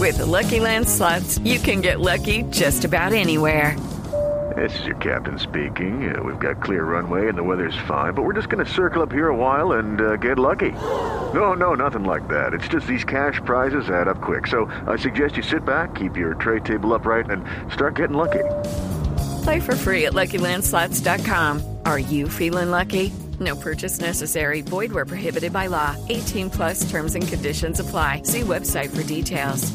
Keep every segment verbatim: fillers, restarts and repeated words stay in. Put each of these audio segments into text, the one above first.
With the Lucky Land Slots, you can get lucky just about anywhere. This is your captain speaking. Uh, we've got clear runway and the weather's fine, but we're just going to circle up here a while and uh, get lucky. No, no, nothing like that. It's just these cash prizes add up quick. So I suggest you sit back, keep your tray table upright, and start getting lucky. Play for free at Lucky Land Slots dot com. Are you feeling lucky? No purchase necessary. Void where prohibited by law. eighteen plus terms and conditions apply. See website for details.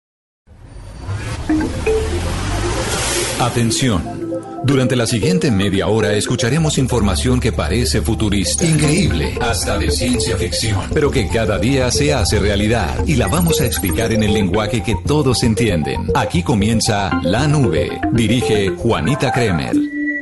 Atención. Durante la siguiente media hora escucharemos información que parece futurista, increíble, hasta de ciencia ficción, pero que cada día se hace realidad y la vamos a explicar en el lenguaje que todos entienden. Aquí comienza La Nube. Dirige Juanita Kremer.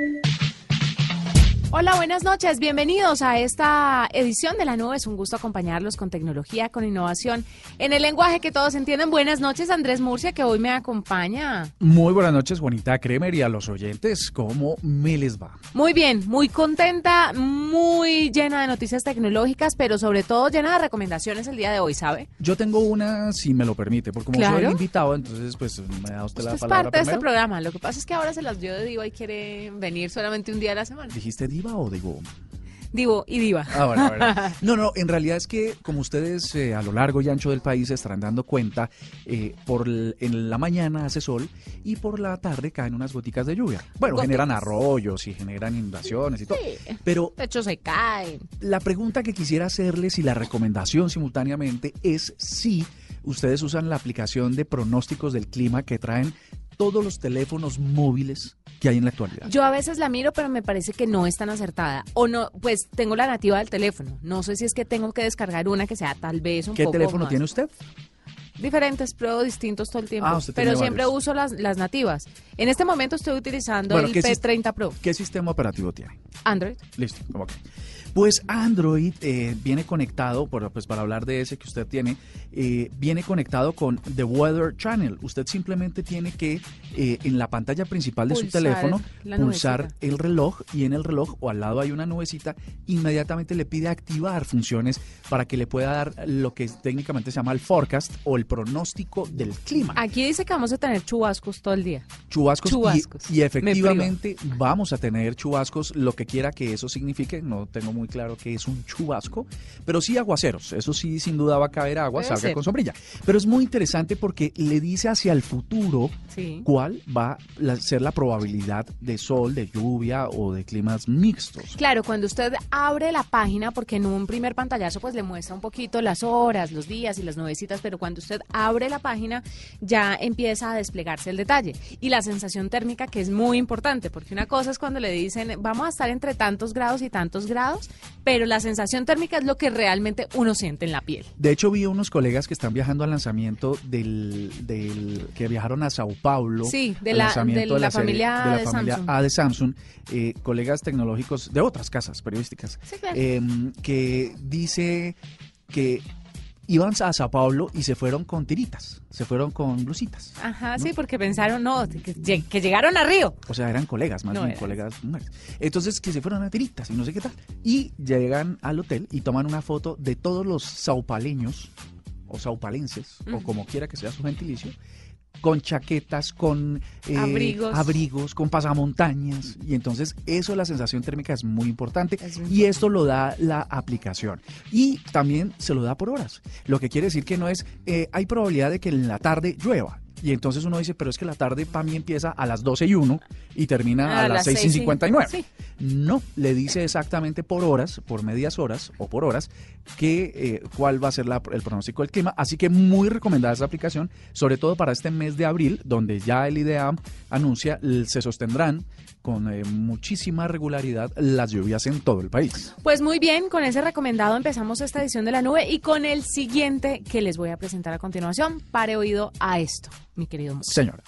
Hola, buenas noches. Bienvenidos a esta edición de La Nube. Es un gusto acompañarlos con tecnología, con innovación, en el lenguaje que todos entienden. Buenas noches, Andrés Murcia, que hoy me acompaña. Muy buenas noches, Juanita Kremer, y a los oyentes, ¿cómo me les va? Muy bien, muy contenta, muy llena de noticias tecnológicas, pero sobre todo llena de recomendaciones el día de hoy, ¿sabe? Yo tengo una, si me lo permite, porque como ¿Claro? soy el invitado, entonces pues me da usted, usted la es palabra parte de primero. este programa. Lo que pasa es que ahora se las dio de diva y quiere venir solamente un día a la semana. ¿Dijiste diva o digo? Divo y diva. Ah, bueno, bueno. No, no, en realidad es que como ustedes eh, a lo largo y ancho del país se estarán dando cuenta, eh, por el, en la mañana hace sol y por la tarde caen unas goticas de lluvia. Bueno, Goticas. generan arroyos y generan inundaciones y todo. Sí. Pero De hecho, se caen. la pregunta que quisiera hacerles y la recomendación simultáneamente es si ustedes usan la aplicación de pronósticos del clima que traen todos los teléfonos móviles que hay en la actualidad. Yo a veces la miro, pero me parece que no es tan acertada. O no, pues tengo la nativa del teléfono. No sé si es que tengo que descargar una que sea tal vez un ¿Qué poco teléfono más. tiene usted? Diferentes, pruebo distintos todo el tiempo. Ah, usted pero tiene siempre varios. uso las, las nativas. En este momento estoy utilizando Bueno, el ¿qué P sis- treinta Pro. ¿Qué sistema operativo tiene? Android. Listo, ok. Pues Android eh, viene conectado, por, pues para hablar de ese que usted tiene, eh, viene conectado con The Weather Channel. Usted simplemente tiene que, eh, en la pantalla principal de Pulsar su teléfono, la pulsar nubecita. el reloj, y en el reloj o al lado hay una nubecita, inmediatamente le pide activar funciones para que le pueda dar lo que técnicamente se llama el forecast o el pronóstico del clima. Aquí dice que vamos a tener chubascos todo el día. Chubascos, y- Chubascos. Y, Me efectivamente vamos a tener chubascos, lo que quiera que eso signifique. No tengo muy claro qué es un chubasco, pero sí aguaceros. Eso sí, sin duda va a caer agua, Puede salga ser. con sombrilla. Pero es muy interesante porque le dice hacia el futuro Sí. cuál va a ser la probabilidad de sol, de lluvia o de climas mixtos. Claro, cuando usted abre la página, porque en un primer pantallazo pues le muestra un poquito las horas, los días y las nubecitas, pero cuando usted abre la página ya empieza a desplegarse el detalle. Y la sensación térmica, que es muy importante, porque una cosa es cuando le dicen vamos a estar entre tantos grados y tantos grados, pero la sensación térmica es lo que realmente uno siente en la piel. De hecho, vi unos colegas que están viajando al lanzamiento del, del que viajaron a Sao Paulo. Sí, de al la- lanzamiento de la serie- familia de la de familia Samsung. A de Samsung, eh, colegas tecnológicos de otras casas periodísticas, Sí, claro. eh, que dice que iban a Sao Paulo y se fueron con tiritas, se fueron con blusitas. Ajá, sí, porque pensaron, no, que, lleg- que llegaron a Río. O sea, eran colegas, más No bien eran. colegas mujeres. Entonces, que se fueron a tiritas y no sé qué tal. Y llegan al hotel y toman una foto de todos los saupaleños o saupalenses, o Ujú. como quiera que sea su gentilicio, con chaquetas, con eh, Abrigos. abrigos, con pasamontañas. Y entonces eso, la sensación térmica es muy importante. Es muy Y esto lo da la aplicación. Y también se lo da por horas. Lo que quiere decir que no es, eh, hay probabilidad de que en la tarde llueva. Y entonces uno dice, pero es que la tarde para mí empieza a las doce y uno y termina a, A las las seis y seis y- cincuenta y nueve. sí. No, le dice exactamente por horas, por medias horas o por horas, que eh, cuál va a ser la- el pronóstico del clima. Así que muy recomendada esa aplicación, sobre todo para este mes de abril, donde ya el I D E A anuncia l- se sostendrán con eh, muchísima regularidad las lluvias en todo el país. Pues muy bien, con ese recomendado empezamos esta edición de La Nube y con el siguiente que les voy a presentar a continuación. Pare oído a esto, mi querido Murcia. Señora.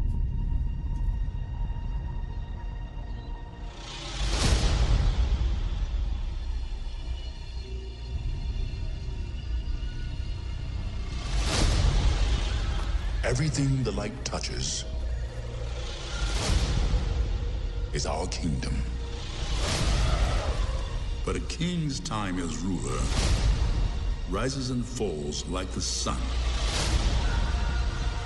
Everything the light touches is our kingdom. But a king's time as ruler rises and falls like the sun.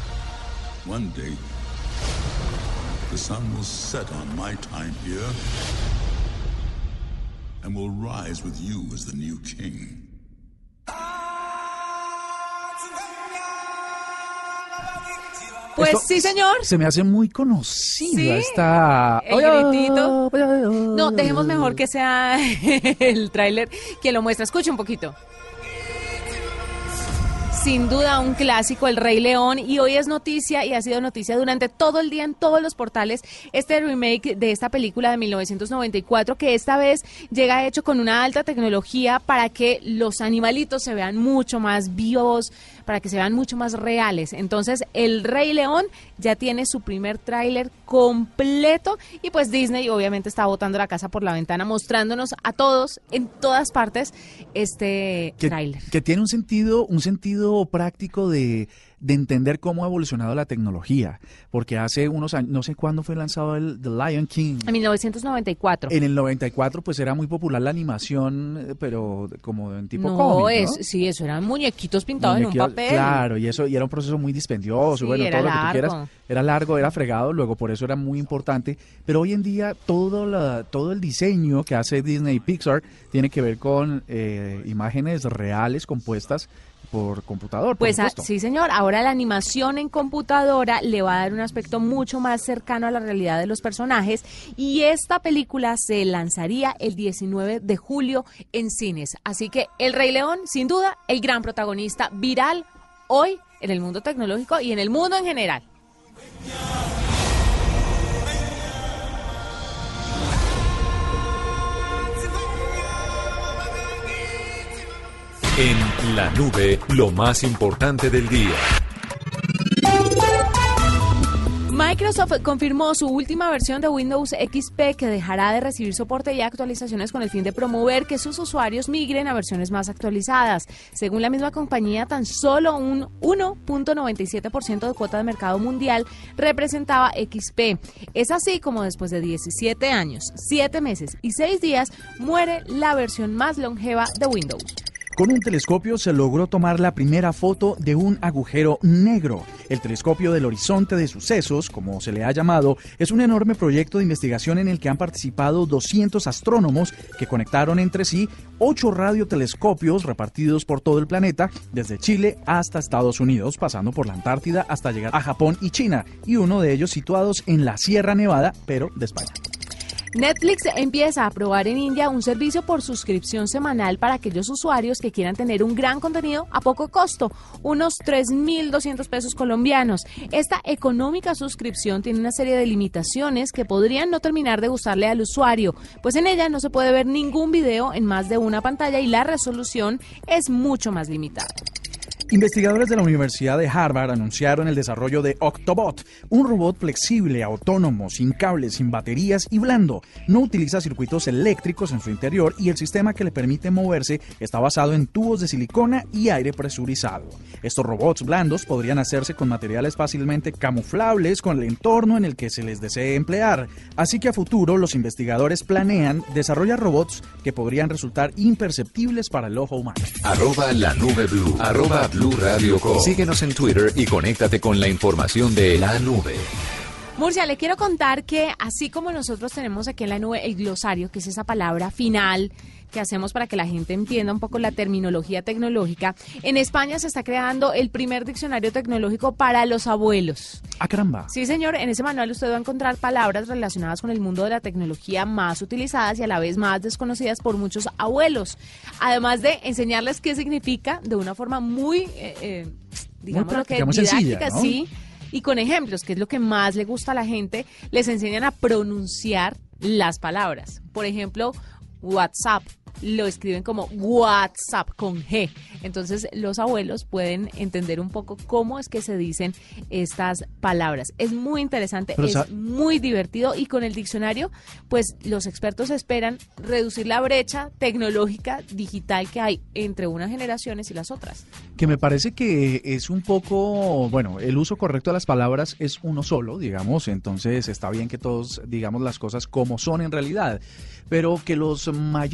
One day, the sun will set on my time here and will rise with you as the new king. Pues Esto sí, señor. Se me hace muy conocida Sí, esta... el gritito. No, dejemos mejor que sea el tráiler quien lo muestra. Escuche un poquito. Sin duda un clásico, El Rey León, y hoy es noticia y ha sido noticia durante todo el día en todos los portales este remake de esta película de mil novecientos noventa y cuatro, que esta vez llega hecho con una alta tecnología para que los animalitos se vean mucho más vivos, para que se vean mucho más reales. Entonces, El Rey León ya tiene su primer tráiler completo y pues Disney obviamente está botando la casa por la ventana, mostrándonos a todos, en todas partes, este que, tráiler. que tiene un sentido, un sentido práctico de, de entender cómo ha evolucionado la tecnología, porque hace unos años, no sé cuándo fue lanzado el The Lion King. En mil novecientos noventa y cuatro. En el noventa y cuatro pues era muy popular la animación, pero como en tipo no, cómic, es, ¿no? Sí, eso eran muñequitos pintados Muñequillo- en un papel. Claro, y eso y era un proceso muy dispendioso, Sí, bueno, era todo lo que tú largo. quieras. Era largo, era fregado, luego por eso era muy importante, pero hoy en día todo la, todo el diseño que hace Disney y Pixar tiene que ver con eh, imágenes reales compuestas por computador, por Pues a- supuesto. sí, señor. Ahora la animación en computadora le va a dar un aspecto mucho más cercano a la realidad de los personajes y esta película se lanzaría el diecinueve de julio en cines. Así que El Rey León, sin duda, el gran protagonista viral hoy en el mundo tecnológico y en el mundo en general. En la nube, lo más importante del día. Microsoft confirmó su última versión de Windows X P que dejará de recibir soporte y actualizaciones con el fin de promover que sus usuarios migren a versiones más actualizadas. Según la misma compañía, tan solo un uno punto noventa y siete por ciento de cuota de mercado mundial representaba X P. Es así como después de diecisiete años, siete meses y seis días muere la versión más longeva de Windows. Con un telescopio se logró tomar la primera foto de un agujero negro. El telescopio del horizonte de sucesos, como se le ha llamado, es un enorme proyecto de investigación en el que han participado doscientos astrónomos que conectaron entre sí ocho radiotelescopios repartidos por todo el planeta, desde Chile hasta Estados Unidos, pasando por la Antártida hasta llegar a Japón y China, y uno de ellos situados en la Sierra Nevada, pero de España. Netflix empieza a probar en India un servicio por suscripción semanal para aquellos usuarios que quieran tener un gran contenido a poco costo, unos tres mil doscientos pesos colombianos. Esta económica suscripción tiene una serie de limitaciones que podrían no terminar de gustarle al usuario, pues en ella no se puede ver ningún video en más de una pantalla y la resolución es mucho más limitada. Investigadores de la Universidad de Harvard anunciaron el desarrollo de Octobot, un robot flexible, autónomo, sin cables, sin baterías y blando. No utiliza circuitos eléctricos en su interior y el sistema que le permite moverse está basado en tubos de silicona y aire presurizado. Estos robots blandos podrían hacerse con materiales fácilmente camuflables con el entorno en el que se les desee emplear. Así que a futuro los investigadores planean desarrollar robots que podrían resultar imperceptibles para el ojo humano. Arroba la nube blue. Arroba Blue Radio Co. Síguenos en Twitter y conéctate con la información de la nube. Murcia, le quiero contar que así como nosotros tenemos aquí en la nube el glosario, que es esa palabra final que hacemos para que la gente entienda un poco la terminología tecnológica, en España se está creando el primer diccionario tecnológico para los abuelos. ¡Ah, caramba! Sí, señor, en ese manual usted va a encontrar palabras relacionadas con el mundo de la tecnología más utilizadas y a la vez más desconocidas por muchos abuelos, además de enseñarles qué significa de una forma muy, eh, eh, digamos, lo que práctica, muy sencilla, didáctica, ¿no? sí, y con ejemplos, que es lo que más le gusta a la gente. Les enseñan a pronunciar las palabras. Por ejemplo, WhatsApp lo escriben como WhatsApp con G. Entonces los abuelos pueden entender un poco cómo es que se dicen estas palabras. Es muy interesante, Pero, es sa- muy divertido y con el diccionario, pues los expertos esperan reducir la brecha tecnológica digital que hay entre unas generaciones y las otras. Que me parece que es un poco, bueno, el uso correcto de las palabras es uno solo, digamos, entonces está bien que todos digamos las cosas como son en realidad, pero que los mayores o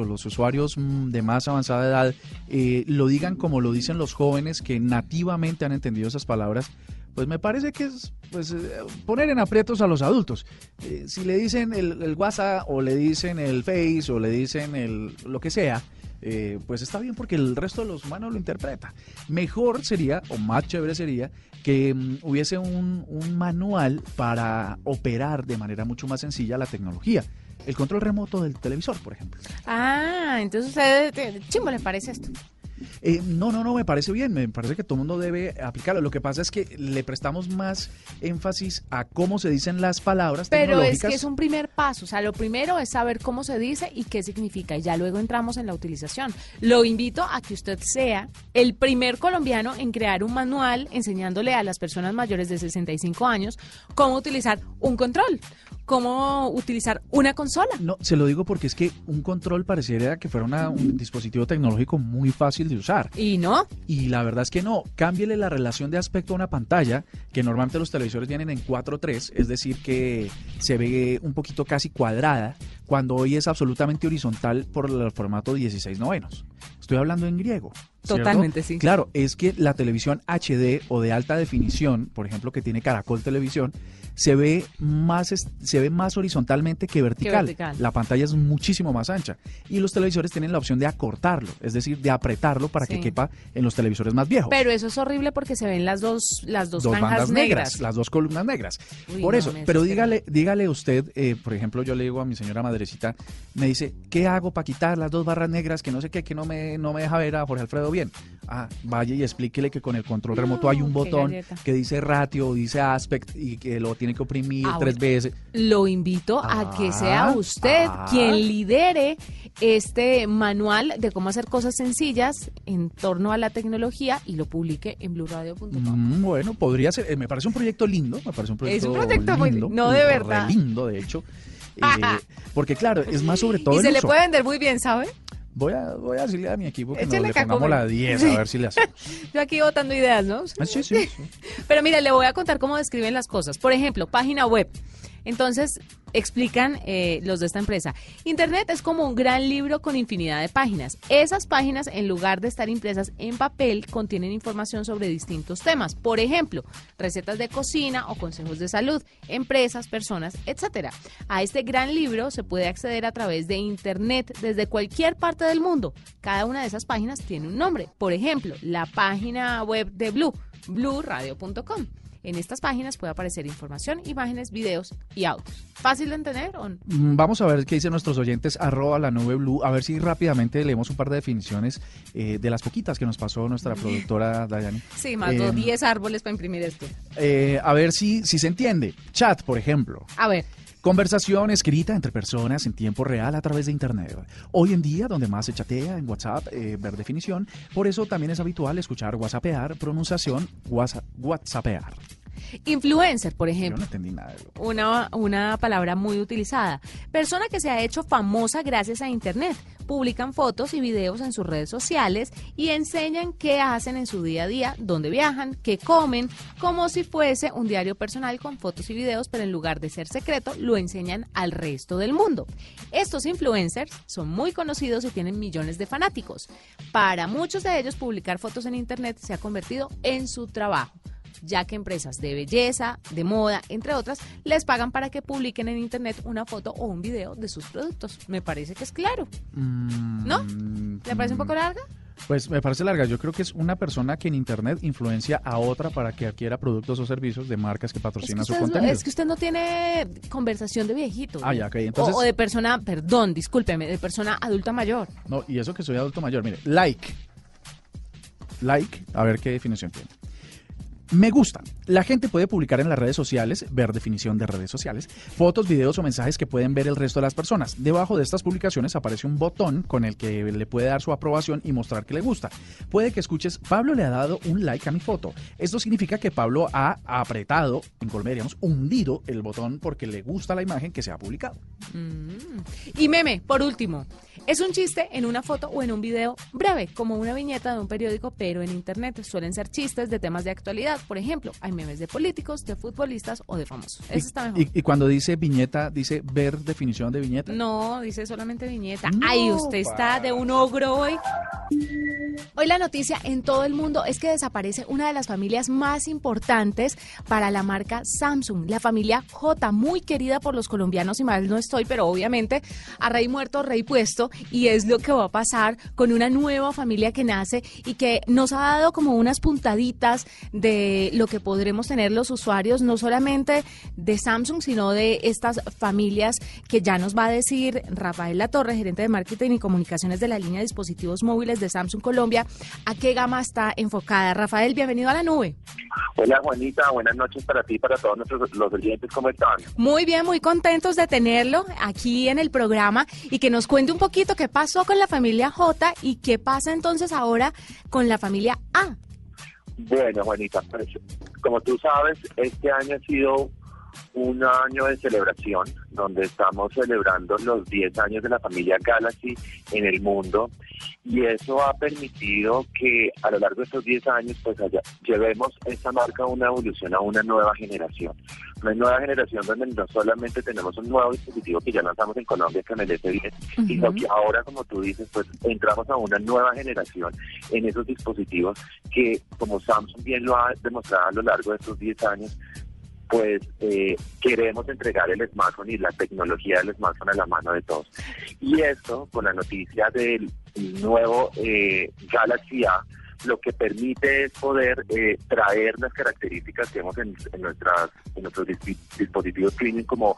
los usuarios mm, de más avanzada edad eh, lo digan como lo dicen los jóvenes que nativamente han entendido esas palabras, pues me parece que es pues eh, poner en aprietos a los adultos. Eh, si le dicen el, el WhatsApp o le dicen el Face o le dicen el lo que sea, eh, pues está bien porque el resto de los humanos lo interpreta. Mejor sería, o más chévere sería, que um, hubiese un, un manual para operar de manera mucho más sencilla la tecnología. El control remoto del televisor, por ejemplo. Ah, entonces a usted, chimbo, ¿le parece esto? Eh, no, no, no, me parece bien, me parece que todo el mundo debe aplicarlo. Lo que pasa es que le prestamos más énfasis a cómo se dicen las palabras Pero tecnológicas. es que es un primer paso, o sea, lo primero es saber cómo se dice y qué significa, y ya luego entramos en la utilización. Lo invito a que usted sea el primer colombiano en crear un manual enseñándole a las personas mayores de sesenta y cinco años cómo utilizar un control, cómo utilizar una consola. No, se lo digo porque es que un control pareciera que fuera una, un dispositivo tecnológico muy fácil de usar. ¿Y no? Y la verdad es que no. Cámbiele la relación de aspecto a una pantalla, que normalmente los televisores vienen en cuatro tres, es decir, que se ve un poquito casi cuadrada, cuando hoy es absolutamente horizontal por el formato dieciséis novenos. Estoy hablando en griego. ¿Cierto? Totalmente, sí. Claro, es que la televisión H D o de alta definición, por ejemplo, que tiene Caracol Televisión, se ve más se ve más horizontalmente que vertical. Que vertical. La pantalla es muchísimo más ancha y los televisores tienen la opción de acortarlo, es decir, de apretarlo para Sí. que quepa en los televisores más viejos. Pero eso es horrible porque se ven las dos las dos, Dos franjas bandas negras, negras. las dos columnas negras. Uy, Por no, eso, me pero desespera. dígale, dígale usted, eh, por ejemplo, yo le digo a mi señora madrecita, me dice, ¿qué hago para quitar las dos barras negras que no sé qué, que no me, no me deja ver a Jorge Alfredo bien? Ah, vaya y explíquele que con el control No, remoto hay un qué botón galleta. que dice ratio, dice aspect y que lo tiene que oprimir Ah, tres bueno. veces. Lo invito a que Ah, sea usted ah. quien lidere este manual de cómo hacer cosas sencillas en torno a la tecnología y lo publique en blue radio punto com. Mm, bueno, podría ser, eh, me parece un proyecto lindo, me parece un proyecto, un proyecto muy lindo, lindo, no, de re verdad. lindo, de hecho. Eh, porque claro, es más sobre todo Y el se le uso. puede vender muy bien, ¿sabe? Voy a, voy a decirle a mi equipo que Échele nos le caco, pongamos bueno. la diez a ver si le hacemos. Yo aquí botando ideas, ¿no? Ah, sí, sí, sí. Pero mira, le voy a contar cómo describen las cosas. Por ejemplo, página web. Entonces, explican eh, los de esta empresa. Internet es como un gran libro con infinidad de páginas. Esas páginas, en lugar de estar impresas en papel, contienen información sobre distintos temas. Por ejemplo, recetas de cocina o consejos de salud, empresas, personas, etcétera. A este gran libro se puede acceder a través de Internet desde cualquier parte del mundo. Cada una de esas páginas tiene un nombre. Por ejemplo, la página web de Blue, blue radio punto com. En estas páginas puede aparecer información, imágenes, videos y audios. ¿Fácil de entender o no? Mm, Vamos a ver qué dicen nuestros oyentes, arroba la nube blue, a ver si rápidamente leemos un par de definiciones eh, de las poquitas que nos pasó nuestra productora Dayani. Sí, mandó Eh, diez árboles para imprimir esto. Eh, a ver si, si se entiende. Chat, por ejemplo. A ver, Conversación escrita entre personas en tiempo real a través de Internet. Hoy en día, donde más se chatea en WhatsApp, eh, ver definición, por eso también es habitual escuchar WhatsAppear, pronunciación WhatsApp, WhatsAppear. influencer, por Yo ejemplo. no entendí nada de lo que... Una, una palabra muy utilizada. Persona que se ha hecho famosa gracias a Internet. Publican fotos y videos en sus redes sociales y enseñan qué hacen en su día a día, dónde viajan, qué comen, como si fuese un diario personal con fotos y videos, pero en lugar de ser secreto, lo enseñan al resto del mundo. Estos influencers son muy conocidos y tienen millones de fanáticos. Para muchos de ellos, publicar fotos en Internet se ha convertido en su trabajo, ya que empresas de belleza, de moda, entre otras, les pagan para que publiquen en Internet una foto o un video de sus productos. Me parece que es claro. ¿No? ¿Le parece un poco larga? Pues me parece larga. Yo creo que es una persona que en Internet influencia a otra para que adquiera productos o servicios de marcas que Es que, patrocinan su usted, contenido. es que usted no tiene conversación de viejito. Ah, ya, ok, entonces- O, o de persona, perdón, discúlpeme, de persona adulta mayor. No, y eso que soy adulto mayor. Mire, like. Like, a ver qué definición tiene. Me gusta. La gente puede publicar en las redes sociales, ver definición de redes sociales, fotos, videos o mensajes que pueden ver el resto de las personas. Debajo de estas publicaciones aparece un botón con el que le puede dar su aprobación y mostrar que le gusta. Puede que escuches, Pablo le ha dado un like a mi foto. Esto significa que Pablo ha apretado, en Colombia diríamos, hundido el botón porque le gusta la imagen que se ha publicado. Y meme, por último, es un chiste en una foto o en un video breve, como una viñeta de un periódico, pero en Internet. Suelen ser chistes de temas de actualidad. Por ejemplo, hay memes de políticos, de futbolistas o de famosos. Y, Eso está mejor. Y, y cuando dice viñeta, ¿dice ver definición de viñeta? No, dice solamente viñeta. No, Ay, usted está de un ogro hoy. Hoy la noticia en todo el mundo es que desaparece una de las familias más importantes para la marca Samsung, la familia J, muy querida por los colombianos y mal no estoy, pero obviamente a rey muerto, rey puesto, y es lo que va a pasar con una nueva familia que nace y que nos ha dado como unas puntaditas de lo que podremos tener los usuarios, no solamente de Samsung, sino de estas familias que ya nos va a decir Rafael Latorre, gerente de marketing y comunicaciones de la línea de dispositivos móviles de Samsung Colombia, a qué gama está enfocada. Rafael, bienvenido a la nube. Hola Juanita, buenas noches para ti y para todos nuestros los oyentes, ¿cómo están? Muy bien, muy contentos de tenerlo aquí en el programa y que nos cuente un poquito qué pasó con la familia J y qué pasa entonces ahora con la familia A. Bueno, Juanita, pues, como tú sabes, este año ha sido un año de celebración, donde estamos celebrando los diez años de la familia Galaxy en el mundo, y eso ha permitido que a lo largo de estos diez años pues allá, llevemos esta marca a una evolución a una nueva generación. Una nueva generación donde no solamente tenemos un nuevo dispositivo que ya lanzamos en Colombia con el S diez, uh-huh. sino que ahora, como tú dices, pues entramos a una nueva generación en esos dispositivos que, como Samsung bien lo ha demostrado a lo largo de estos diez años, pues eh, queremos entregar el smartphone y la tecnología del smartphone a la mano de todos. Y esto, con la noticia del nuevo eh, Galaxy A, lo que permite es poder eh, traer las características que vemos en, en, nuestras, en nuestros disp- dispositivos premium como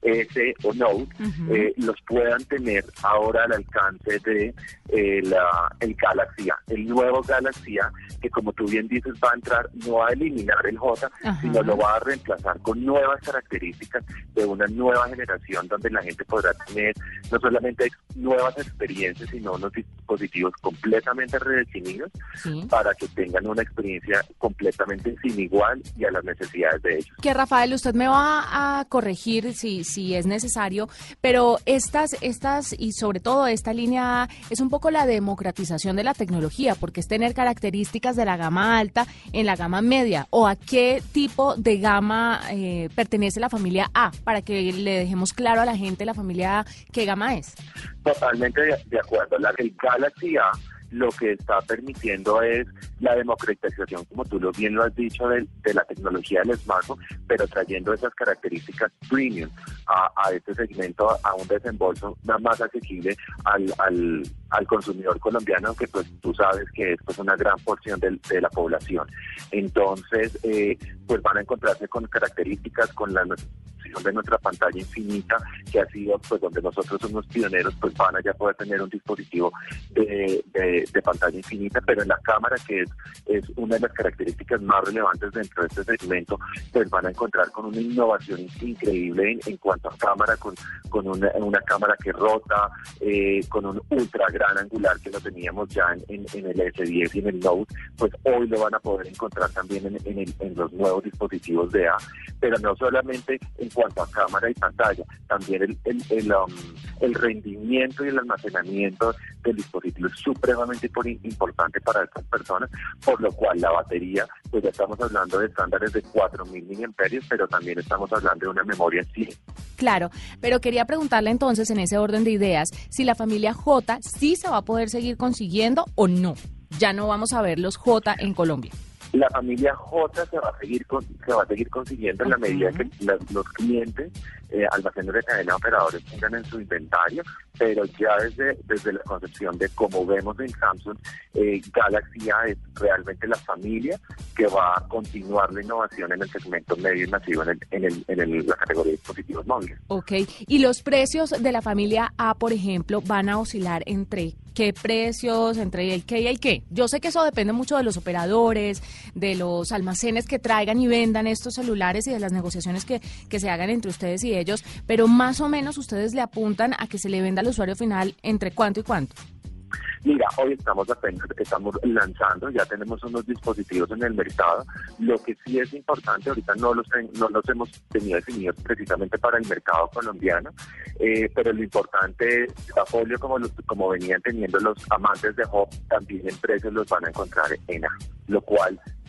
S o Note, uh-huh. eh, los puedan tener ahora al alcance de eh, la, el Galaxy A, el nuevo Galaxy A, que como tú bien dices va a entrar, no a eliminar el J, uh-huh. sino lo va a reemplazar con nuevas características de una nueva generación donde la gente podrá tener no solamente nuevas experiencias, sino unos dispositivos completamente redefinidos, sí. para que tengan una experiencia completamente sin igual y a las necesidades de ellos. Que Rafael, usted me va a corregir si, si es necesario, pero estas, estas y sobre todo esta línea es un poco la democratización de la tecnología, porque es tener características de la gama alta en la gama media, o a qué tipo de gama eh, pertenece la familia A, para que le dejemos claro a la gente la familia A qué gama es. Totalmente de, de acuerdo. La del Galaxy A lo que está permitiendo es la democratización, como tú lo bien lo has dicho, de, de la tecnología del smartphone, pero trayendo esas características premium a, a este segmento, a un desembolso más asequible al, al, al consumidor colombiano, que pues tú sabes que es pues una gran porción de, de la población. Entonces, eh, pues van a encontrarse con características, con la de nuestra pantalla infinita, que ha sido pues donde nosotros somos pioneros, pues van a ya poder tener un dispositivo de, de, de pantalla infinita, pero en la cámara, que es, es una de las características más relevantes dentro de este segmento, pues van a encontrar con una innovación increíble en, en cuanto a cámara, con, con una, una cámara que rota, eh, con un ultra gran angular que lo teníamos ya en, en, en el S diez y en el Note, pues hoy lo van a poder encontrar también en, en, el, en los nuevos dispositivos de A, pero no solamente en cuanto a cámara y pantalla, también el, el, el, um, el rendimiento y el almacenamiento del dispositivo es supremamente importante para estas personas, por lo cual la batería, pues ya estamos hablando de estándares de cuatro mil miliamperios, pero también estamos hablando de una memoria cien. Claro, pero quería preguntarle entonces, en ese orden de ideas, si la familia J sí se va a poder seguir consiguiendo o no. Ya no vamos a ver los J en Colombia. La familia J se va a seguir con, se va a seguir consiguiendo en la medida que la, los clientes, eh, almacenes de cadena de operadores tengan en su inventario, pero ya desde, desde la concepción de cómo vemos en Samsung, eh, Galaxy A es realmente la familia que va a continuar la innovación en el segmento medio y masivo en, el, en, el, en el, la categoría de dispositivos móviles. Ok, y los precios de la familia A, por ejemplo, van a oscilar entre qué precios, entre el qué y el qué. Yo sé que eso depende mucho de los operadores, de los almacenes que traigan y vendan estos celulares y de las negociaciones que, que se hagan entre ustedes y ellos, pero más o menos ustedes le apuntan a que se le venda al usuario final entre cuánto y cuánto. Mira, hoy estamos apenas, estamos lanzando, ya tenemos unos dispositivos en el mercado. Lo que sí es importante, ahorita no los, ten, no los hemos tenido definidos precisamente para el mercado colombiano, eh, pero lo importante es, Folio, como, los, como venían teniendo los amantes de Hop, también en precios los van a encontrar en A, lo cual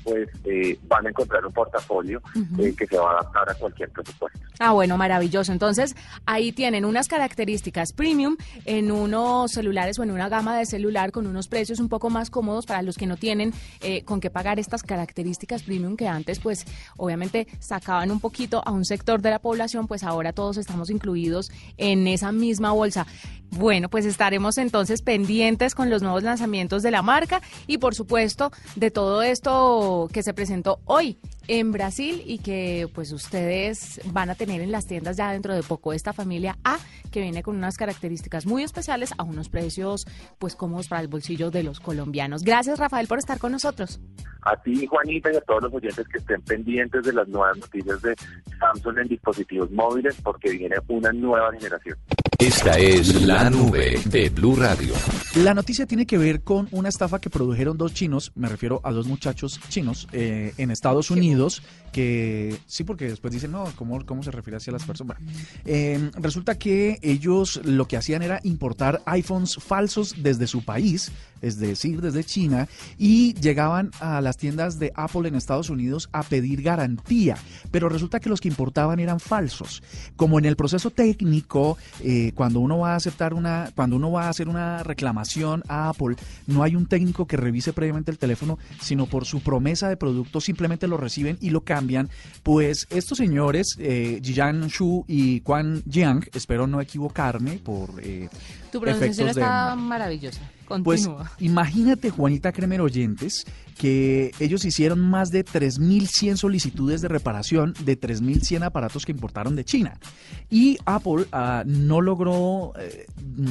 pues eh, van a encontrar un portafolio uh-huh. eh, que se va a adaptar a cualquier presupuesto. Ah, bueno, maravilloso. Entonces, ahí tienen unas características premium en unos celulares o en una gama de celular con unos precios un poco más cómodos para los que no tienen eh, con qué pagar estas características premium que antes, pues, obviamente sacaban un poquito a un sector de la población, pues ahora todos estamos incluidos en esa misma bolsa. Bueno, pues estaremos entonces pendientes con los nuevos lanzamientos de la marca y, por supuesto, de todo esto que se presentó hoy en Brasil y que pues ustedes van a tener en las tiendas ya dentro de poco. Esta familia A, que viene con unas características muy especiales a unos precios pues cómodos para el bolsillo de los colombianos. Gracias, Rafael, por estar con nosotros. A ti, Juanita, y a todos los oyentes que estén pendientes de las nuevas noticias de Samsung en dispositivos móviles, porque viene una nueva generación. Esta es La Nube de Blue Radio. La noticia tiene que ver con una estafa que produjeron dos chinos, me refiero a dos muchachos chinos eh, en Estados Unidos, que sí, porque después dicen, no, ¿cómo, cómo se refiere hacia las personas? Bueno, eh, resulta que ellos lo que hacían era importar iPhones falsos desde su país, es decir, desde China, y llegaban a las tiendas de Apple en Estados Unidos a pedir garantía, pero resulta que los que importaban eran falsos. Como en el proceso técnico, eh, cuando uno va a aceptar una, cuando uno va a hacer una reclamación a Apple, no hay un técnico que revise previamente el teléfono, sino por su promesa de producto simplemente lo reciben y lo cambian. Pues estos señores, eh, Jian Shu y Quan Jiang, espero no equivocarme por eh, tu pronunciación efectos de... está maravillosa. Continúa. Pues imagínate, Juanita Kremer, oyentes, que ellos hicieron más de tres mil cien solicitudes de reparación de tres mil cien aparatos que importaron de China. Y Apple uh, no logró eh,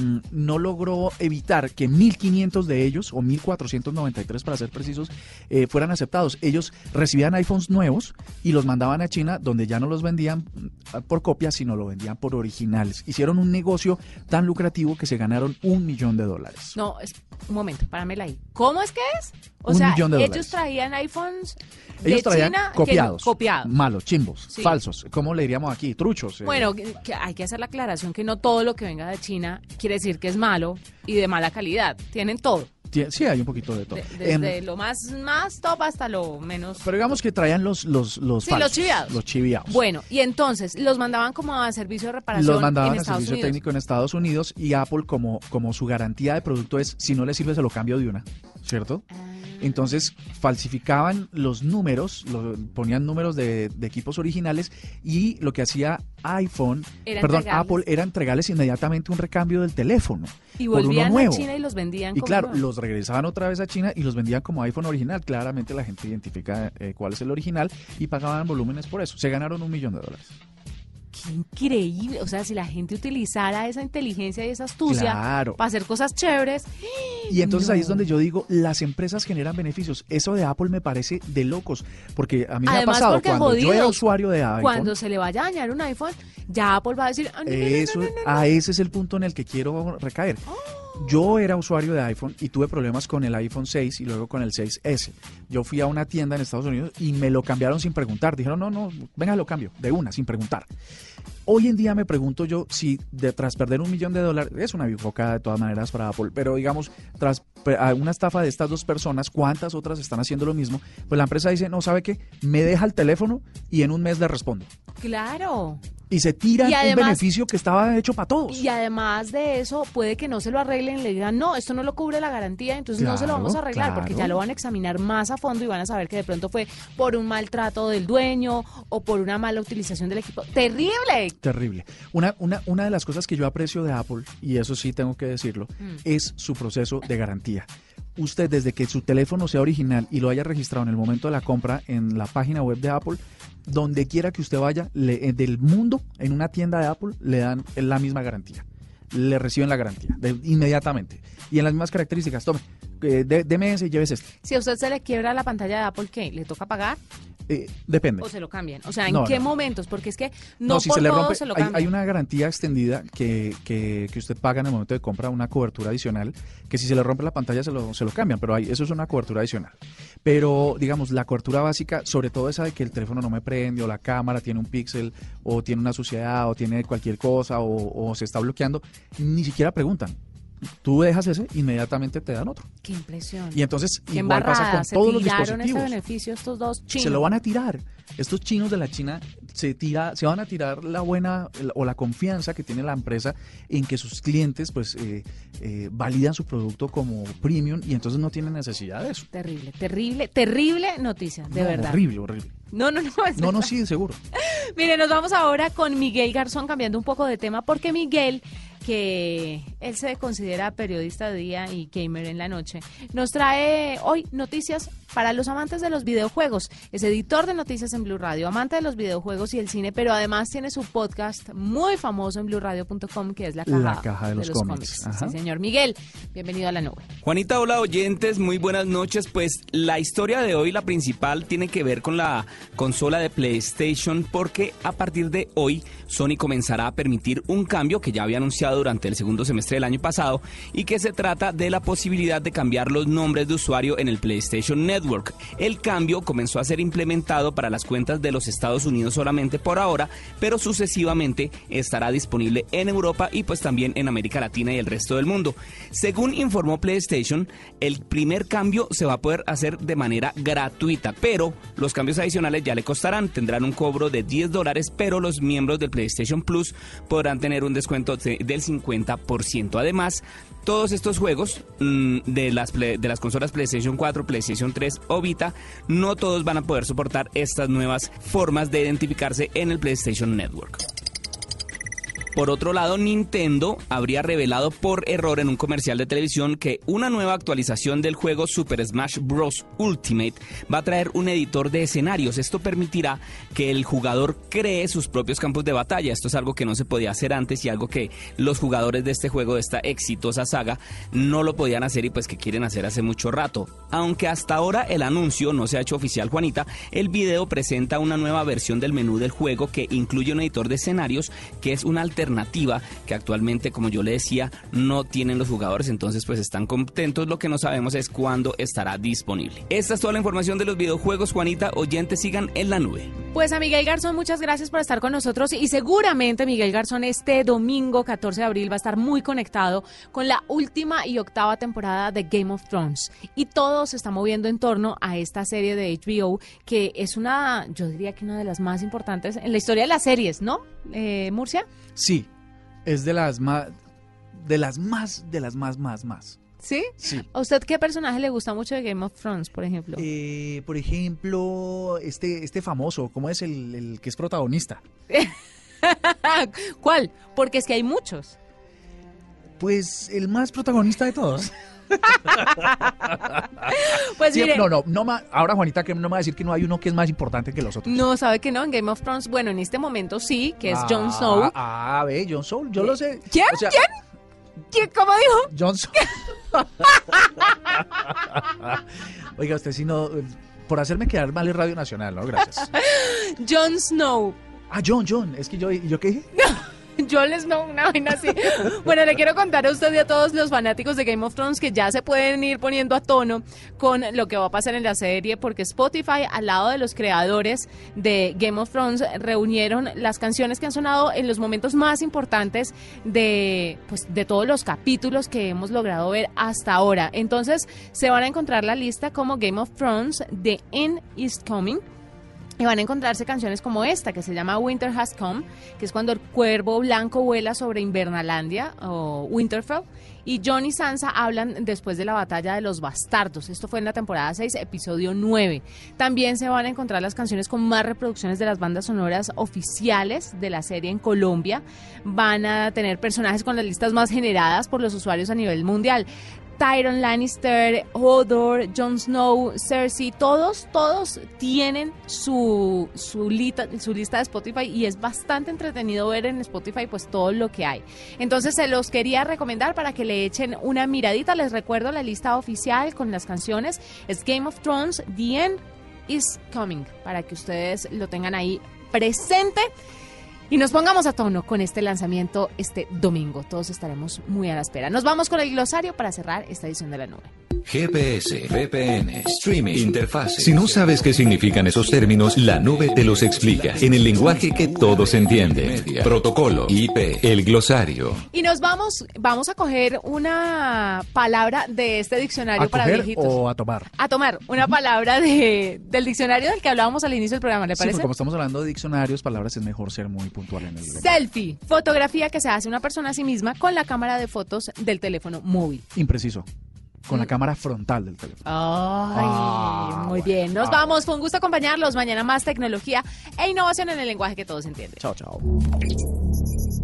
no logró evitar que mil quinientos de ellos, o mil cuatrocientos noventa y tres para ser precisos, eh, fueran aceptados. Ellos recibían iPhones nuevos y los mandaban a China, donde ya no los vendían por copia, sino lo vendían por originales. Hicieron un negocio tan lucrativo que se ganaron un millón de dólares. No, es, un momento, páramela ahí. ¿Cómo es que es? O un sea, millón de ellos dólares. traían iPhones de Ellos traían China copiados, que, copiados, malos, chimbos, sí. falsos. ¿Cómo le diríamos aquí? Truchos. Eh. Bueno, que, que hay que hacer la aclaración que no todo lo que venga de China quiere decir que es malo y de mala calidad. Tienen todo. Sí, hay un poquito de todo. De, desde eh, lo más, más top hasta lo menos... Pero digamos que traían los los los sí, falsos, los chiviados. Los chiviados. Bueno, y entonces los mandaban como a servicio de reparación Los mandaban en a Estados servicio Unidos. técnico en Estados Unidos y Apple, como, como su garantía de producto es, si no le sirve se lo cambio de una, ¿cierto? Ah. Entonces falsificaban los números, lo, ponían números de, de equipos originales y lo que hacía iPhone, Era perdón, entregarles. Apple era entregarles inmediatamente un recambio del teléfono. Y por uno volvían a nuevo. China y los vendían Y como claro, nuevos. los regresaban otra vez a China y los vendían como iPhone original. Claramente la gente identifica eh, cuál es el original y pagaban volúmenes por eso. Se ganaron un millón de dólares. Qué increíble. O sea, si la gente utilizara esa inteligencia y esa astucia Claro. para hacer cosas chéveres. Y entonces No. ahí es donde yo digo, las empresas generan beneficios. Eso de Apple me parece de locos, porque a mí me Además, ha pasado porque cuando yo era jodidos, usuario de iPhone. Cuando se le vaya a dañar un iPhone, ya Apple va a decir, ah, no, no, no, Eso, no, no, no. a ese es el punto en el que quiero recaer. Yo era usuario de iPhone y tuve problemas con el iPhone seis y luego con el seis ese. Yo fui a una tienda en Estados Unidos y me lo cambiaron sin preguntar. Dijeron, no, no, venga, lo cambio, de una, sin preguntar. Hoy en día me pregunto yo si de, tras perder un millón de dólares, es una bifocada de todas maneras para Apple, pero digamos, tras pe- a una estafa de estas dos personas, ¿cuántas otras están haciendo lo mismo? Pues la empresa dice, no, ¿sabe qué? Me deja el teléfono y en un mes le respondo. Claro. Y se tiran Y además- un beneficio que estaba hecho para todos. Y además de eso, puede que no se lo arreglen y le digan, no, esto no lo cubre la garantía, entonces no se lo Claro, vamos a arreglar, claro. porque ya lo van a examinar más a fondo y van a saber que de pronto fue por un maltrato del dueño o por una mala utilización del equipo. ¡Terrible! Terrible. Una, una, una de las cosas que yo aprecio de Apple, y eso sí tengo que decirlo, Mm. es su proceso de garantía. Usted, desde que su teléfono sea original y lo haya registrado en el momento de la compra en la página web de Apple, donde quiera que usted vaya le- eh, del mundo, en una tienda de Apple, le dan la misma garantía. Le reciben la garantía de- inmediatamente. Y en las mismas características, tome, eh, de- deme ese y lleves este. Si a usted se le quiebra la pantalla de Apple, ¿qué? ¿Le toca pagar Eh, depende. o se lo cambian? O sea, ¿en No, qué no. momentos? Porque es que no, si por se le todo rompe, se lo hay, cambian. hay una garantía extendida que, que, que usted paga en el momento de compra, una cobertura adicional, que si se le rompe la pantalla se lo, se lo cambian, pero hay, eso es una cobertura adicional. Pero, digamos, la cobertura básica, sobre todo esa de que el teléfono no me prende, o la cámara tiene un píxel, o tiene una suciedad, o tiene cualquier cosa, o, o se está bloqueando, ni siquiera preguntan. tú dejas ese, inmediatamente te dan otro. Qué impresión. Y entonces Qué igual pasa con se todos los tiraron dispositivos. ese beneficio estos dos chinos. Se lo van a tirar. Estos chinos de la China se tira, se van a tirar la buena el- o la confianza que tiene la empresa en que sus clientes pues eh, eh, validan su producto como premium y entonces no tienen necesidad de eso. Terrible, terrible, terrible noticia, de No, verdad. Horrible, horrible. No, no, no. es No, no, verdad. sí, seguro. Mire, nos vamos ahora con Miguel Garzón, cambiando un poco de tema, porque Miguel, que él se considera periodista de día y gamer en la noche, nos trae hoy noticias para los amantes de los videojuegos. Es editor de noticias en Blue Radio, amante de los videojuegos y el cine, pero además tiene su podcast muy famoso en blue radio punto com, que es La Caja, La Caja de los Cómics. Ajá. Sí, señor. Miguel, bienvenido a La Nube. Juanita, hola oyentes, muy buenas noches. Pues la historia de hoy, la principal, tiene que ver con la consola de PlayStation, porque a partir de hoy Sony comenzará a permitir un cambio que ya había anunciado durante el segundo semestre del año pasado y que se trata de la posibilidad de cambiar los nombres de usuario en el PlayStation Network. El cambio comenzó a ser implementado para las cuentas de los Estados Unidos solamente por ahora, pero sucesivamente estará disponible en Europa y pues también en América Latina y el resto del mundo. Según informó PlayStation, el primer cambio se va a poder hacer de manera gratuita, pero los cambios adicionales ya le costarán, tendrán un cobro de diez dólares, pero los miembros del PlayStation Plus podrán tener un descuento de- del cincuenta por ciento. Además, todos estos juegos mmm, de, las play- de las consolas PlayStation cuatro, PlayStation tres o Vita, no todos van a poder soportar estas nuevas formas de identificarse en el PlayStation Network. Por otro lado, Nintendo habría revelado por error en un comercial de televisión que una nueva actualización del juego Super Smash Bros. Ultimate va a traer un editor de escenarios. Esto permitirá que el jugador cree sus propios campos de batalla. Esto es algo que no se podía hacer antes y algo que los jugadores de este juego, de esta exitosa saga, no lo podían hacer y pues que quieren hacer hace mucho rato. Aunque hasta ahora el anuncio no se ha hecho oficial, Juanita, el video presenta una nueva versión del menú del juego que incluye un editor de escenarios que es una alternativa que actualmente, como yo le decía, no tienen los jugadores, entonces pues están contentos. Lo que no sabemos es cuándo estará disponible. Esta es toda la información de los videojuegos, Juanita. Oyentes, sigan en la nube. Pues a Miguel Garzón, muchas gracias por estar con nosotros y seguramente Miguel Garzón este domingo catorce de abril va a estar muy conectado con la última y octava temporada de Game of Thrones y todo se está moviendo en torno a esta serie de H B O que es una, yo diría que una de las más importantes en la historia de las series, ¿no? Eh, Murcia. Sí, es de las más, de las más, de las más, más, más. ¿Sí? Sí. ¿A usted qué personaje le gusta mucho de Game of Thrones, por ejemplo? Eh, por ejemplo, este, este famoso, ¿cómo es el, el que es protagonista? ¿Cuál? Porque es que hay muchos. Pues el más protagonista de todos. Pues Sí, mire, no, no, no ma- ahora Juanita que no me va a decir que no hay uno que es más importante que los otros. no, sabe que no, en Game of Thrones, bueno, en este momento sí, que es Jon Ah, Snow. Ah, ve, Jon Snow, yo lo sé. ¿Quién? O sea, ¿Quién? ¿Quién? ¿Cómo dijo? Jon Snow. Oiga, usted si no, eh, por hacerme quedar mal en Radio Nacional, ¿no? Gracias. Jon Snow. Ah, John, John, es que yo, ¿yo qué dije? Jon Snow, una vaina así. Bueno, le quiero contar a usted y a todos los fanáticos de Game of Thrones que ya se pueden ir poniendo a tono con lo que va a pasar en la serie, porque Spotify, al lado de los creadores de Game of Thrones, reunieron las canciones que han sonado en los momentos más importantes de, pues, de todos los capítulos que hemos logrado ver hasta ahora. Entonces, se van a encontrar la lista como Game of Thrones, The End is Coming. Y van a encontrarse canciones como esta, que se llama Winter Has Come, que es cuando el cuervo blanco vuela sobre Invernalandia, o Winterfell, y Jon y Sansa hablan después de la batalla de los bastardos. Esto fue en la temporada seis, episodio nueve. También se van a encontrar las canciones con más reproducciones de las bandas sonoras oficiales de la serie en Colombia. Van a tener personajes con las listas más generadas por los usuarios a nivel mundial. Tyrion Lannister, Hodor, Jon Snow, Cersei, todos, todos tienen su, su, lita, su lista de Spotify y es bastante entretenido ver en Spotify pues todo lo que hay. Entonces se los quería recomendar para que le echen una miradita. Les recuerdo la lista oficial con las canciones. Es Game of Thrones, The End is Coming, para que ustedes lo tengan ahí presente. Y nos pongamos a tono con este lanzamiento este domingo. Todos estaremos muy a la espera. Nos vamos con el glosario para cerrar esta edición de La Nube. G P S, V P N, streaming, interfaz. Si no sabes qué significan esos términos, La Nube te los explica en el lenguaje que todos entienden. Protocolo, I P, el glosario. Y nos vamos, vamos a coger una palabra de este diccionario ¿A para coger viejitos. o a tomar? A tomar una palabra de, del diccionario del que hablábamos al inicio del programa, ¿le Sí, parece? porque como estamos hablando de diccionarios, palabras, es mejor ser muy puntual en el lenguaje. Selfie, fotografía que se hace una persona a sí misma con la cámara de fotos del teléfono móvil. Impreciso. Con la cámara frontal del teléfono. Ay, Ah, muy bueno. bien. Nos Ah. vamos. Fue un gusto acompañarlos. Mañana más tecnología e innovación en el lenguaje que todos entienden. Chao, chao.